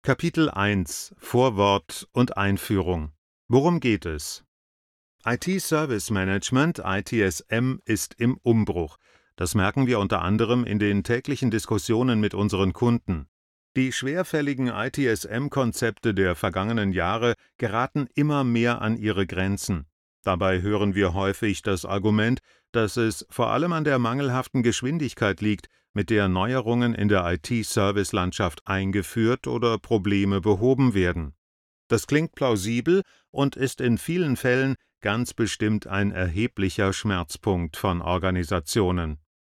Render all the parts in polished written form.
Kapitel 1 Vorwort und Einführung. Worum geht es? IT-Service Management, ITSM, ist im Umbruch. Das merken wir unter anderem in den täglichen Diskussionen mit unseren Kunden. Die schwerfälligen ITSM-Konzepte der vergangenen Jahre geraten immer mehr an ihre Grenzen. Dabei hören wir häufig das Argument, dass es vor allem an der mangelhaften Geschwindigkeit liegt, mit der Neuerungen in der IT-Service-Landschaft eingeführt oder Probleme behoben werden. Das klingt plausibel und ist in vielen Fällen ganz bestimmt ein erheblicher Schmerzpunkt von Organisationen.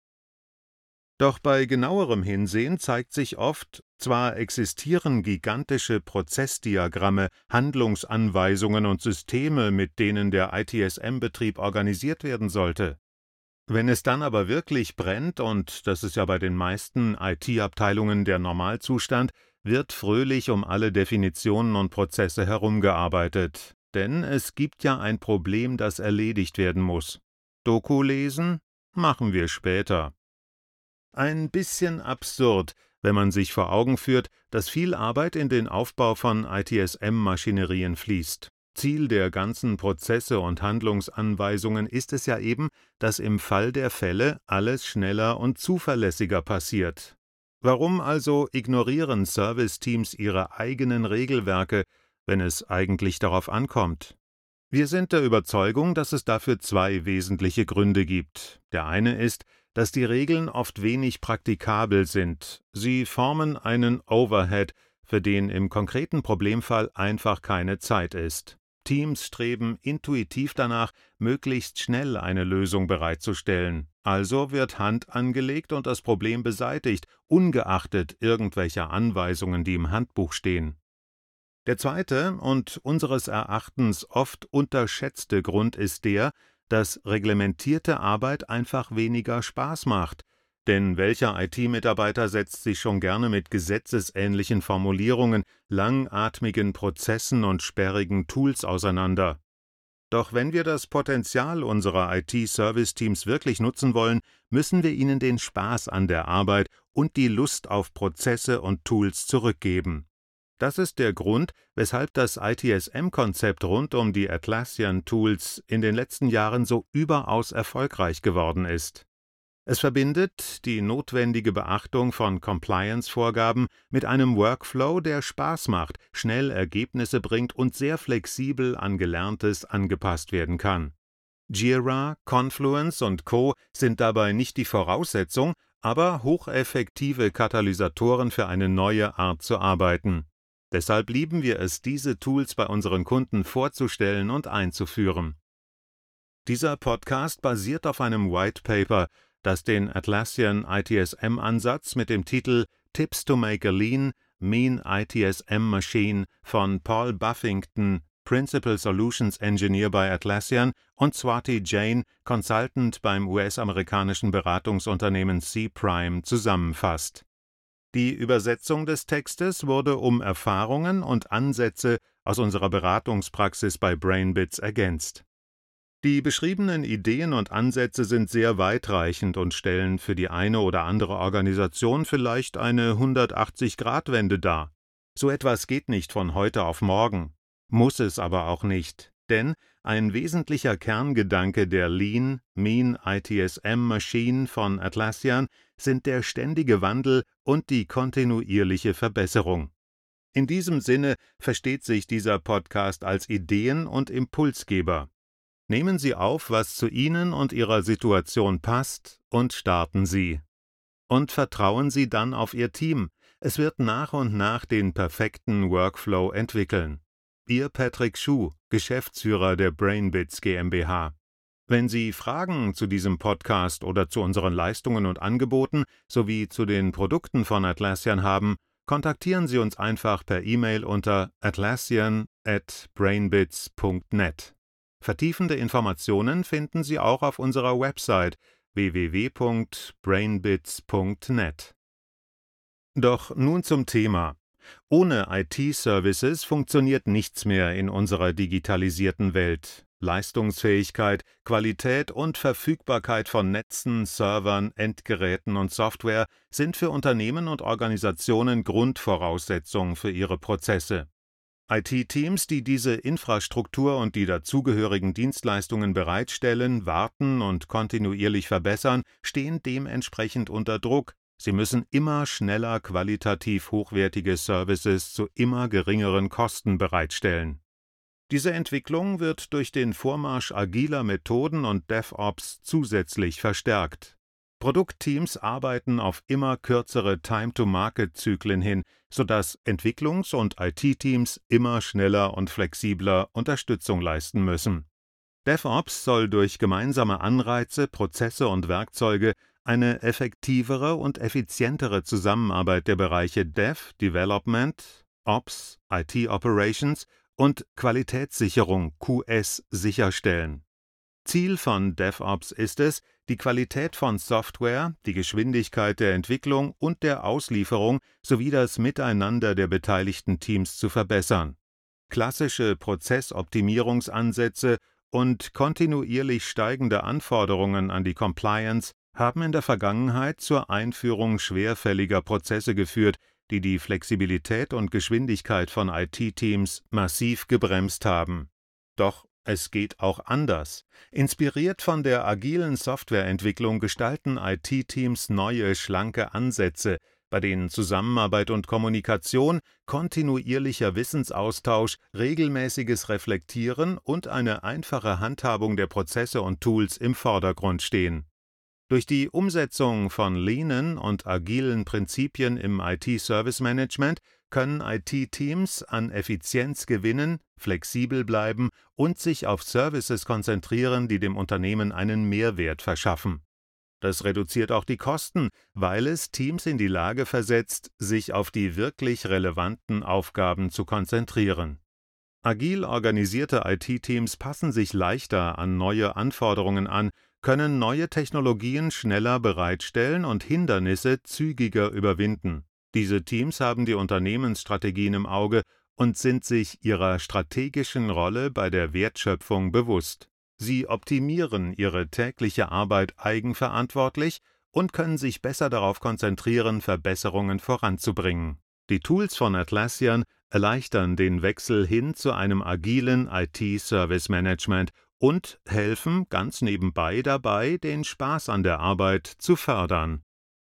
Doch bei genauerem Hinsehen zeigt sich oft, zwar existieren gigantische Prozessdiagramme, Handlungsanweisungen und Systeme, mit denen der ITSM-Betrieb organisiert werden sollte. Wenn es dann aber wirklich brennt, und das ist ja bei den meisten IT-Abteilungen der Normalzustand, wird fröhlich um alle Definitionen und Prozesse herumgearbeitet. Denn es gibt ja ein Problem, das erledigt werden muss. Doku lesen? Machen wir später. Ein bisschen absurd, wenn man sich vor Augen führt, dass viel Arbeit in den Aufbau von ITSM-Maschinerien fließt. Ziel der ganzen Prozesse und Handlungsanweisungen ist es ja eben, dass im Fall der Fälle alles schneller und zuverlässiger passiert. Warum also ignorieren Serviceteams ihre eigenen Regelwerke, wenn es eigentlich darauf ankommt? Wir sind der Überzeugung, dass es dafür zwei wesentliche Gründe gibt. Der eine ist, dass die Regeln oft wenig praktikabel sind. Sie formen einen Overhead, für den im konkreten Problemfall einfach keine Zeit ist. Teams streben intuitiv danach, möglichst schnell eine Lösung bereitzustellen. Also wird Hand angelegt und das Problem beseitigt, ungeachtet irgendwelcher Anweisungen, die im Handbuch stehen. Der zweite und unseres Erachtens oft unterschätzte Grund ist der, dass reglementierte Arbeit einfach weniger Spaß macht. Denn welcher IT-Mitarbeiter setzt sich schon gerne mit gesetzesähnlichen Formulierungen, langatmigen Prozessen und sperrigen Tools auseinander? Doch wenn wir das Potenzial unserer IT-Service-Teams wirklich nutzen wollen, müssen wir ihnen den Spaß an der Arbeit und die Lust auf Prozesse und Tools zurückgeben. Das ist der Grund, weshalb das ITSM-Konzept rund um die Atlassian-Tools in den letzten Jahren so überaus erfolgreich geworden ist. Es verbindet die notwendige Beachtung von Compliance-Vorgaben mit einem Workflow, der Spaß macht, schnell Ergebnisse bringt und sehr flexibel an Gelerntes angepasst werden kann. Jira, Confluence und Co. sind dabei nicht die Voraussetzung, aber hocheffektive Katalysatoren für eine neue Art zu arbeiten. Deshalb lieben wir es, diese Tools bei unseren Kunden vorzustellen und einzuführen. Dieser Podcast basiert auf einem White Paper, das den Atlassian ITSM-Ansatz mit dem Titel Tips to Make a Lean, Mean ITSM Machine von Paul Buffington, Principal Solutions Engineer bei Atlassian, und Swati Jain, Consultant beim US-amerikanischen Beratungsunternehmen C-Prime, zusammenfasst. Die Übersetzung des Textes wurde um Erfahrungen und Ansätze aus unserer Beratungspraxis bei Brainbits ergänzt. Die beschriebenen Ideen und Ansätze sind sehr weitreichend und stellen für die eine oder andere Organisation vielleicht eine 180-Grad-Wende dar. So etwas geht nicht von heute auf morgen, muss es aber auch nicht, denn ein wesentlicher Kerngedanke der Lean, Mean ITSM Machine von Atlassian sind der ständige Wandel und die kontinuierliche Verbesserung. In diesem Sinne versteht sich dieser Podcast als Ideen- und Impulsgeber. Nehmen Sie auf, was zu Ihnen und Ihrer Situation passt, und starten Sie. Und vertrauen Sie dann auf Ihr Team. Es wird nach und nach den perfekten Workflow entwickeln. Ihr Patrick Schuh, Geschäftsführer der Brainbits GmbH. Wenn Sie Fragen zu diesem Podcast oder zu unseren Leistungen und Angeboten sowie zu den Produkten von Atlassian haben, kontaktieren Sie uns einfach per E-Mail unter atlassian@brainbits.net. Vertiefende Informationen finden Sie auch auf unserer Website www.brainbits.net. Doch nun zum Thema. Ohne IT-Services funktioniert nichts mehr in unserer digitalisierten Welt. Leistungsfähigkeit, Qualität und Verfügbarkeit von Netzen, Servern, Endgeräten und Software sind für Unternehmen und Organisationen Grundvoraussetzung für ihre Prozesse. IT-Teams, die diese Infrastruktur und die dazugehörigen Dienstleistungen bereitstellen, warten und kontinuierlich verbessern, stehen dementsprechend unter Druck. Sie müssen immer schneller qualitativ hochwertige Services zu immer geringeren Kosten bereitstellen. Diese Entwicklung wird durch den Vormarsch agiler Methoden und DevOps zusätzlich verstärkt. Produktteams arbeiten auf immer kürzere Time-to-Market-Zyklen hin, sodass Entwicklungs- und IT-Teams immer schneller und flexibler Unterstützung leisten müssen. DevOps soll durch gemeinsame Anreize, Prozesse und Werkzeuge eine effektivere und effizientere Zusammenarbeit der Bereiche Dev, Development, Ops, IT Operations und Qualitätssicherung QS sicherstellen. Ziel von DevOps ist es, die Qualität von Software, die Geschwindigkeit der Entwicklung und der Auslieferung sowie das Miteinander der beteiligten Teams zu verbessern. Klassische Prozessoptimierungsansätze und kontinuierlich steigende Anforderungen an die Compliance haben in der Vergangenheit zur Einführung schwerfälliger Prozesse geführt, die die Flexibilität und Geschwindigkeit von IT-Teams massiv gebremst haben. Doch es geht auch anders. Inspiriert von der agilen Softwareentwicklung gestalten IT-Teams neue, schlanke Ansätze, bei denen Zusammenarbeit und Kommunikation, kontinuierlicher Wissensaustausch, regelmäßiges Reflektieren und eine einfache Handhabung der Prozesse und Tools im Vordergrund stehen. Durch die Umsetzung von leanen und agilen Prinzipien im IT-Service-Management können IT-Teams an Effizienz gewinnen, flexibel bleiben und sich auf Services konzentrieren, die dem Unternehmen einen Mehrwert verschaffen. Das reduziert auch die Kosten, weil es Teams in die Lage versetzt, sich auf die wirklich relevanten Aufgaben zu konzentrieren. Agil organisierte IT-Teams passen sich leichter an neue Anforderungen an, können neue Technologien schneller bereitstellen und Hindernisse zügiger überwinden. Diese Teams haben die Unternehmensstrategien im Auge und sind sich ihrer strategischen Rolle bei der Wertschöpfung bewusst. Sie optimieren ihre tägliche Arbeit eigenverantwortlich und können sich besser darauf konzentrieren, Verbesserungen voranzubringen. Die Tools von Atlassian erleichtern den Wechsel hin zu einem agilen IT-Service-Management und helfen ganz nebenbei dabei, den Spaß an der Arbeit zu fördern.